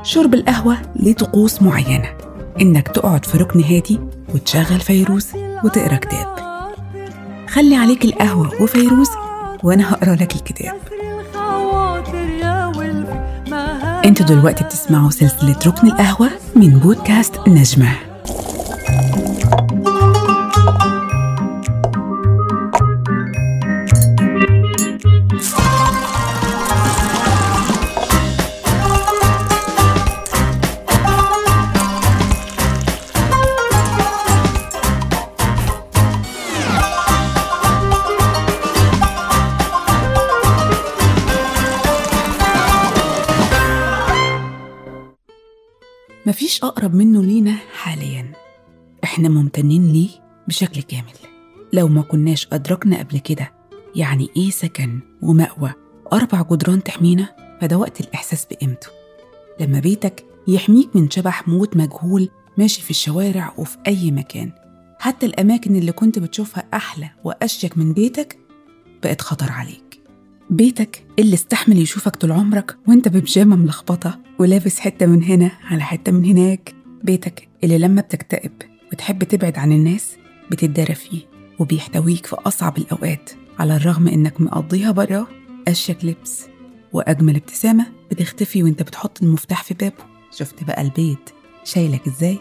شرب القهوة ليه طقوس معينة، إنك تقعد في ركن هادي وتشغل فيروز وتقرأ كتاب. خلي عليك القهوة وفيروز وأنا هقرأ لك الكتاب. انتوا دلوقتي بتسمعوا سلسلة ركن القهوة من بودكاست نجمة. مفيش أقرب منه لينا حالياً، إحنا ممتنين ليه بشكل كامل. لو ما كناش أدركنا قبل كده يعني إيه سكن ومأوى و4 جدران تحمينا، فده وقت الإحساس بقيمته. لما بيتك يحميك من شبح موت مجهول ماشي في الشوارع وفي أي مكان، حتى الأماكن اللي كنت بتشوفها أحلى وأشيك من بيتك بقت خطر عليك. بيتك اللي استحمل يشوفك طول عمرك وانت ببجامة ملخبطة ولابس حتة من هنا على حتة من هناك. بيتك اللي لما بتكتئب وتحب تبعد عن الناس بتتدارى فيه وبيحتويك في أصعب الأوقات، على الرغم إنك مقضيها برا أشيك لبس وأجمل ابتسامة بتختفي وانت بتحط المفتاح في بابه. شفت بقى البيت شايلك إزاي؟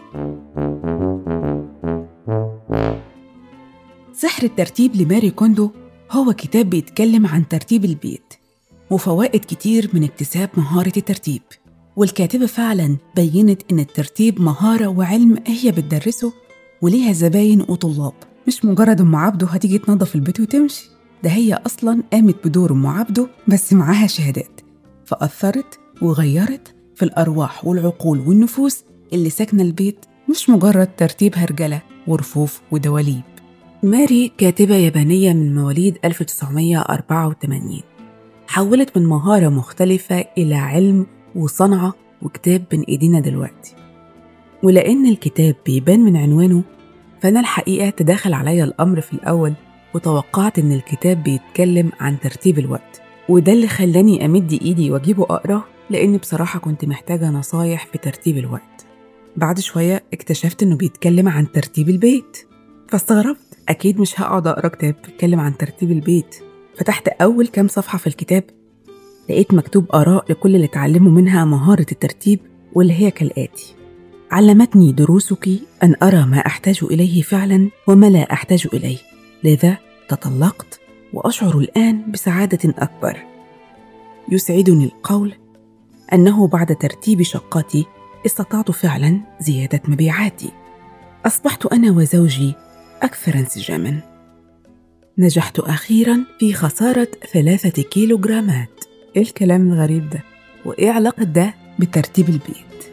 سحر الترتيب لماري كوندو هو كتاب بيتكلم عن ترتيب البيت وفوائد كتير من اكتساب مهارة الترتيب. والكاتبة فعلاً بيّنت إن الترتيب مهارة وعلم هي بتدرسه وليها زباين وطلاب، مش مجرد أم عبده هتيجي تنظف البيت وتمشي. ده هي أصلاً قامت بدور أم عبده بس معاها شهادات، فأثرت وغيرت في الأرواح والعقول والنفوس اللي ساكنة البيت، مش مجرد ترتيب هرجلة ورفوف ودواليب. ماري كاتبة يابانية من مواليد 1984، حولت من مهارة مختلفة إلى علم وصنعة وكتاب بين إيدينا دلوقتي. ولأن الكتاب بيبان من عنوانه، فأنا الحقيقة تداخل عليا الأمر في الأول وتوقعت إن الكتاب بيتكلم عن ترتيب الوقت، وده اللي خلاني أمد إيدي وأجيبه أقرأ، لأن بصراحة كنت محتاجة نصايح في ترتيب الوقت. بعد شوية اكتشفت إنه بيتكلم عن ترتيب البيت، فاستغربت أكيد مش هقعد أقرأ كتاب بيتكلم عن ترتيب البيت. فتحت أول كام صفحة في الكتاب لقيت مكتوب آراء لكل اللي اتعلموا منها مهارة الترتيب، واللي هي كالآتي: علمتني دروسك أن أرى ما أحتاج إليه فعلا وما لا أحتاج إليه، لذا تطلقت وأشعر الآن بسعادة أكبر. يسعدني القول أنه بعد ترتيب شقتي استطعت فعلا زيادة مبيعاتي. أصبحت أنا وزوجي أكثر انسجاماً. نجحت أخيراً في خسارة 3 كيلوغرامات. إيه الكلام الغريب ده؟ وإيه علاقة ده بترتيب البيت؟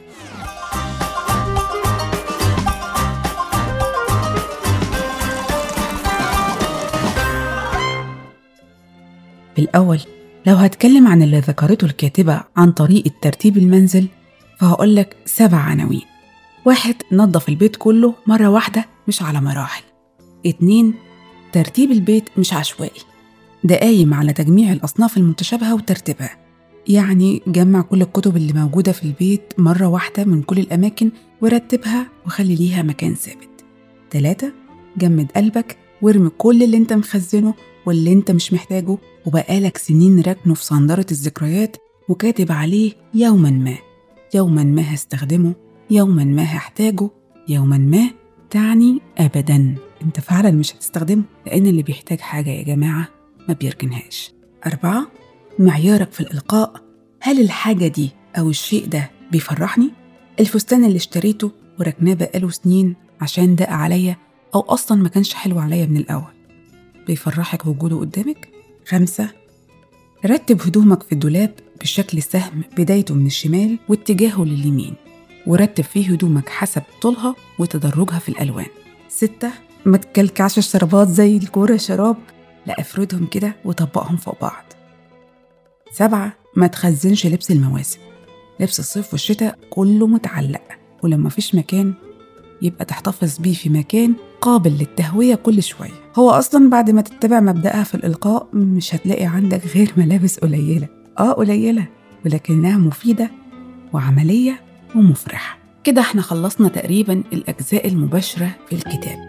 بالأول لو هتكلم عن اللي ذكرته الكاتبة عن طريقة ترتيب المنزل، فهقولك 7 عناوين. 1. نظف البيت كله مرة واحدة مش على مراحل. 2. ترتيب البيت مش عشوائي، ده قايم على تجميع الأصناف المتشابهة وترتيبها، يعني جمع كل الكتب اللي موجودة في البيت مرة واحدة من كل الأماكن ورتبها وخلي ليها مكان ثابت. 3. جمد قلبك وارمي كل اللي انت مخزنه واللي انت مش محتاجه وبقالك سنين راكنه في صندرة الذكريات وكاتب عليه يوما ما هستخدمه، يوما ما هحتاجه، يوما ما تعني أبداً أنت فعلاً مش هتستخدمه، لأن اللي بيحتاج حاجة يا جماعة ما بيركنهاش. 4. معيارك في الإلقاء، هل الحاجة دي أو الشيء ده بيفرحني؟ الفستان اللي اشتريته وركناه بقاله سنين عشان دق عليا أو أصلاً ما كانش حلو عليا من الأول، بيفرحك وجوده قدامك؟ 5. رتب هدومك في الدولاب بشكل سهم، بدايته من الشمال واتجاهه لليمين، ورتب فيه هدومك حسب طولها وتدرجها في الألوان. 6. ما تكلكعش الشرابات زي الكورة شراب، لا افردهم كده وطبقهم فوق بعض. 7. ما تخزنش لبس المواسم، لبس الصيف والشتاء كله متعلق، ولما فيش مكان يبقى تحتفظ بيه في مكان قابل للتهوية كل شوية. هو أصلا بعد ما تتبع مبدأها في الإلقاء مش هتلاقي عندك غير ملابس قليلة، قليلة ولكنها مفيدة وعملية ومفرحة. كده احنا خلصنا تقريبا الأجزاء المباشرة في الكتاب.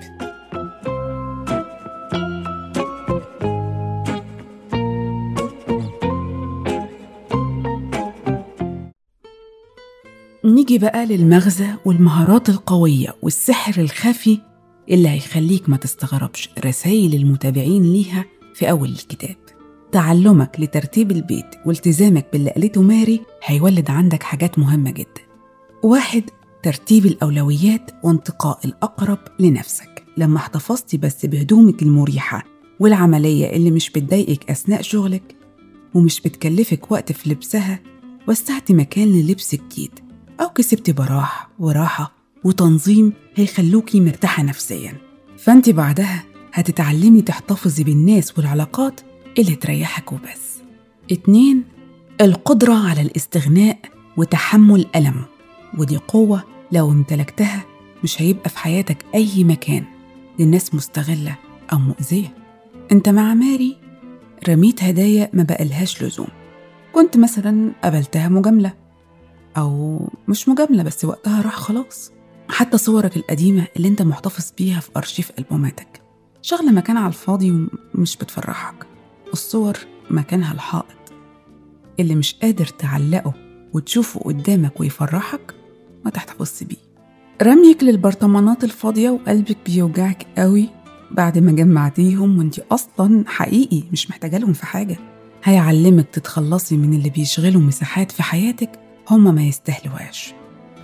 نيجي بقى للمغزى والمهارات القوية والسحر الخفي اللي هيخليك ما تستغربش رسائل المتابعين ليها في أول الكتاب. تعلمك لترتيب البيت والتزامك باللي قالته ماري هيولد عندك حاجات مهمة جدا. 1. ترتيب الأولويات وانتقاء الأقرب لنفسك. لما احتفظتي بس بهدومك المريحة والعملية اللي مش بتضايقك أثناء شغلك ومش بتكلفك وقت في لبسها، وسعتي مكان للبس جديد أو كسبتي براح وراحة وتنظيم هيخلوكي مرتاحة نفسياً، فأنت بعدها هتتعلمي تحتفظي بالناس والعلاقات اللي تريحك وبس. 2. القدرة على الاستغناء وتحمل ألمه، ودي قوة لو امتلكتها مش هيبقى في حياتك أي مكان للناس مستغلة أو مؤذية. أنت مع ماري رميت هدايا ما بقالهاش لزوم، كنت مثلا قبلتها مجاملة أو مش مجاملة بس وقتها راح خلاص. حتى صورك القديمة اللي انت محتفظ بيها في أرشيف ألبوماتك شغلة مكان على الفاضي ومش بتفرحك. الصور مكانها الحائط اللي مش قادر تعلقه وتشوفه قدامك ويفرحك ما تحتفظ بيه. رميك للبرطمانات الفاضية وقلبك بيوجعك قوي بعد ما جمعتيهم وانت أصلاً حقيقي مش محتاجة لهم في حاجة، هيعلمك تتخلصي من اللي بيشغلوا مساحات في حياتك هما ما يستهلوهاش.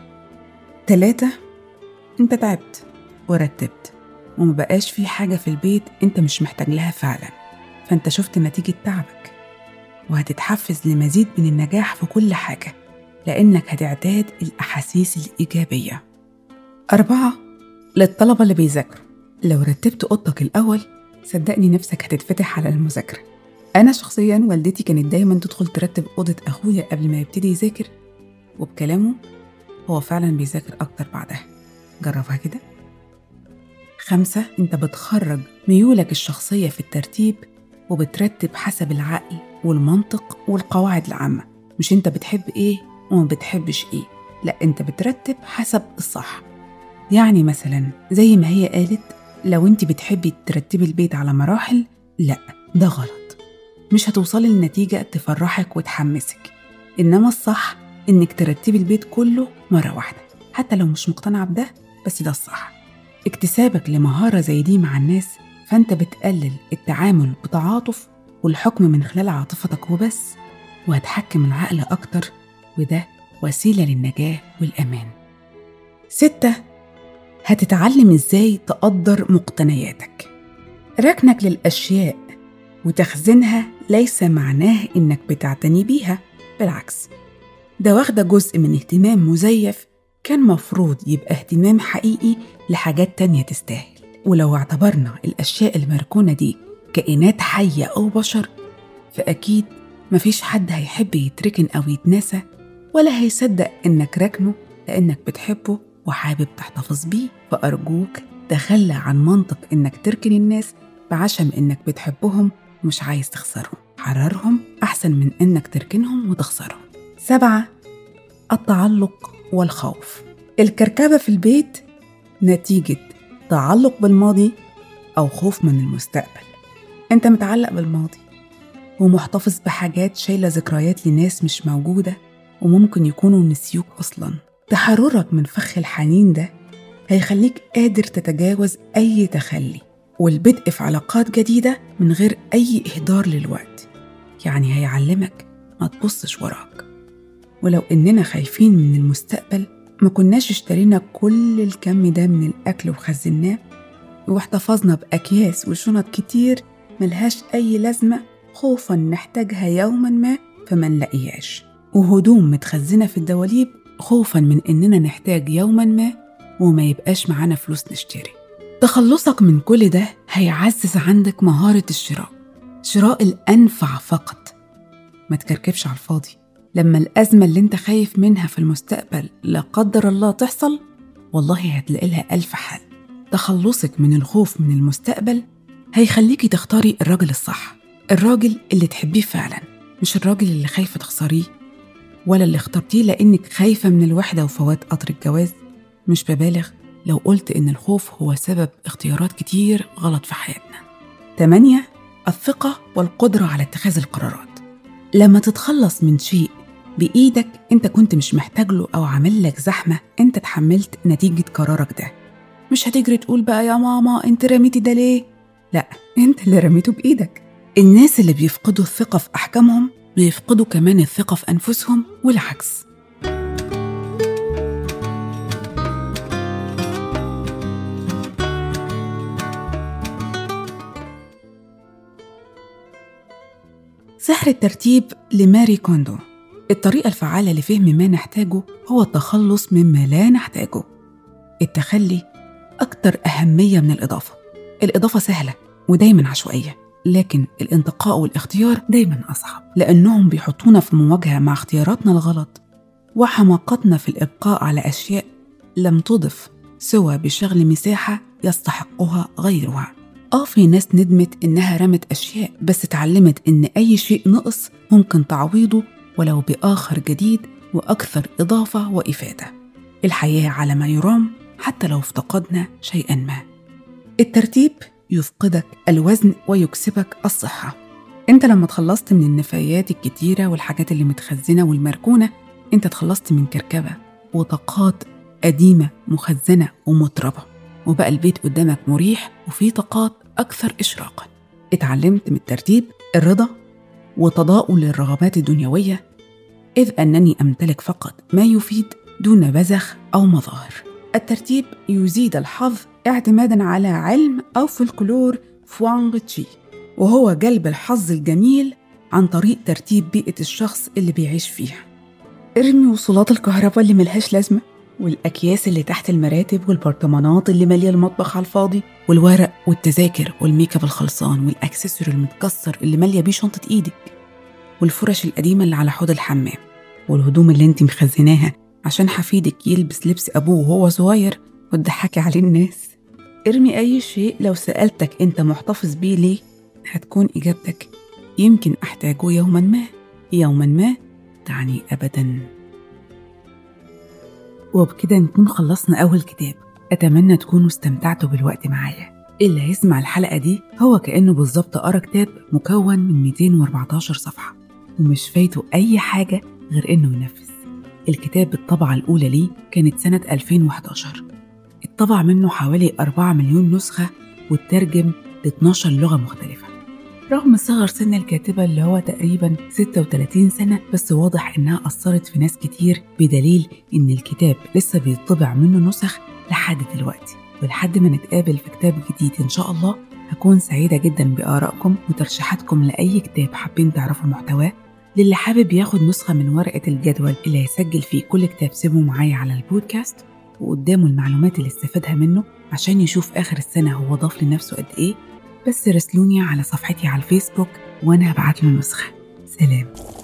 3. انت تعبت ورتبت وما بقاش في حاجة في البيت انت مش محتاج لها فعلا، فانت شفت نتيجة تعبك وهتتحفز لمزيد من النجاح في كل حاجة لأنك هتعتاد الأحاسيس الإيجابية. 4. للطلبة اللي بيذاكروا، لو رتبت أوضتك الأول صدقني نفسك هتتفتح على المذاكرة. أنا شخصياً والدتي كانت دايماً تدخل ترتب أوضة أخويا قبل ما يبتدي يذاكر، وبكلامه هو فعلاً بيذاكر أكتر بعدها. جربها كده. 5. أنت بتخرج ميولك الشخصية في الترتيب وبترتب حسب العقل والمنطق والقواعد العامة، مش أنت بتحب إيه وما بتحبش إيه، لا أنت بترتب حسب الصح. يعني مثلاً زي ما هي قالت لو أنت بتحبي ترتبي البيت على مراحل، لا ده غلط، مش هتوصلي لنتيجة تفرحك وتحمسك، إنما الصح إنك ترتبي البيت كله مرة واحدة حتى لو مش مقتنعة بده، بس ده الصح. اكتسابك لمهارة زي دي مع الناس فأنت بتقلل التعامل بتعاطف والحكم من خلال عاطفتك وبس، وهتحكم العقل أكتر، وده وسيلة للنجاة والأمان. 6. هتتعلم إزاي تقدر مقتنياتك. ركنك للأشياء وتخزينها ليس معناه إنك بتعتني بيها، بالعكس ده واخدة جزء من اهتمام مزيف كان مفروض يبقى اهتمام حقيقي لحاجات تانية تستاهل. ولو اعتبرنا الأشياء المركونة دي كائنات حية أو بشر، فأكيد مفيش حد هيحب يتركن أو يتناسى ولا هيصدق إنك ركنه لأنك بتحبه وحابب تحتفظ بيه. فأرجوك تخلى عن منطق إنك تركن الناس بعشم إنك بتحبهم ومش عايز تخسرهم. حررهم أحسن من إنك تركنهم وتخسرهم. 7. التعلق والخوف. الكركبة في البيت نتيجة تعلق بالماضي أو خوف من المستقبل. أنت متعلق بالماضي ومحتفظ بحاجات شايلة ذكريات لناس مش موجودة وممكن يكونوا نسيوك أصلاً. تحررك من فخ الحنين ده هيخليك قادر تتجاوز أي تخلي والبدء في علاقات جديدة من غير أي إهدار للوقت. يعني هيعلمك ما تبصش وراك. ولو إننا خايفين من المستقبل ما كناش اشترينا كل الكم ده من الأكل وخزناه واحتفظنا بأكياس وشنط كتير ملهاش أي لازمة خوفاً نحتاجها يوماً ما فما نلاقيهاش، وهدوم متخزنة في الدواليب خوفاً من إننا نحتاج يوماً ما وما يبقاش معانا فلوس نشتري. تخلصك من كل ده هيعزز عندك مهارة الشراء، شراء الأنفع فقط. ما تكركبش على الفاضي. لما الأزمة اللي انت خايف منها في المستقبل لا قدر الله تحصل، والله هتلاقي لها ألف حل. تخلصك من الخوف من المستقبل هيخليكي تختاري الراجل الصح، الراجل اللي تحبيه فعلا، مش الراجل اللي خايفة تخسريه. ولا اللي اخترتيه لأنك خايفة من الوحدة وفوات قطر الجواز؟ مش ببالغ لو قلت إن الخوف هو سبب اختيارات كتير غلط في حياتنا. 8. الثقة والقدرة على اتخاذ القرارات. لما تتخلص من شيء بإيدك أنت كنت مش محتاج له أو عمل لك زحمة، أنت تحملت نتيجة قرارك ده. مش هتجري تقول بقى يا ماما أنت رميتي ده ليه؟ لا، أنت اللي رميته بإيدك. الناس اللي بيفقدوا الثقة في أحكامهم بيفقدوا كمان الثقة في أنفسهم والعكس. سحر الترتيب لماري كوندو. الطريقة الفعالة لفهم ما نحتاجه هو التخلص مما لا نحتاجه. التخلي أكتر أهمية من الإضافة. الإضافة سهلة ودايماً عشوائية، لكن الانتقاء والاختيار دايماً أصعب، لأنهم بيحطونا في مواجهة مع اختياراتنا الغلط وحماقتنا في الإبقاء على أشياء لم تضف سوى بشغل مساحة يستحقها غيرها. في ناس ندمت إنها رمت أشياء، بس اتعلمت إن أي شيء نقص ممكن تعويضه ولو بآخر جديد وأكثر إضافة وإفادة. الحياة على ما يرام حتى لو افتقدنا شيئاً ما. الترتيب يفقدك الوزن ويكسبك الصحة. أنت لما تخلصت من النفايات الكتيرة والحاجات اللي متخزنة والمركونة، أنت تخلصت من كركبة وطاقات قديمة مخزنة ومتربة، وبقى البيت قدامك مريح وفيه طاقات أكثر إشراقاً. اتعلمت من الترتيب الرضا وتضاؤل الرغبات الدنيوية، إذ أنني أمتلك فقط ما يفيد دون بذخ أو مظاهر. الترتيب يزيد الحظ اعتماداً على علم أو فولكلور فوانغ تشي، وهو جلب الحظ الجميل عن طريق ترتيب بيئة الشخص اللي بيعيش فيها. ارمي وصلات الكهرباء اللي ملهاش لازمة، والأكياس اللي تحت المراتب، والبرطمانات اللي مالية المطبخ على الفاضي، والورق والتذاكر والميك اب الخلصان، والأكسسوار المتكسر اللي مالية بيه شنطة إيدك، والفرش القديمة اللي على حوض الحمام، والهدوم اللي انت مخزناها عشان حفيدك يلبس لبس أبوه وهو صغير وتضحكي عليه الناس. ارمي أي شيء لو سألتك انت محتفظ بيه ليه، هتكون إجابتك يمكن أحتاجه يوما ما. يوما ما تعني أبدا. وبكده نكون خلصنا أول كتاب. أتمنى تكونوا استمتعتوا بالوقت معايا. اللي هيسمع الحلقة دي هو كأنه بالظبط قرأ كتاب مكون من 214 صفحة ومش فايته أي حاجة غير إنه ينفذ. الكتاب بالطبعة الأولى ليه كانت سنة 2011. اتطبع منه حوالي 4 مليون نسخة واترجم ل 12 لغة مختلفة. رغم صغر سن الكاتبة اللي هو تقريبا 36 سنة، بس واضح إنها أثرت في ناس كتير، بدليل إن الكتاب لسه بيطبع منه نسخ لحد دلوقتي. ولحد ما نتقابل في كتاب جديد إن شاء الله، هكون سعيدة جدا بآرائكم وترشيحاتكم لأي كتاب حابين تعرفوا محتواه. للي حابب ياخد نسخة من ورقة الجدول اللي هيسجل فيه كل كتاب سيبه معايا على البودكاست وقدامه المعلومات اللي استفادها منه عشان يشوف آخر السنة هو ضاف لنفسه قد إيه، بس راسلوني على صفحتي على الفيسبوك وأنا هبعت له نسخة. سلام.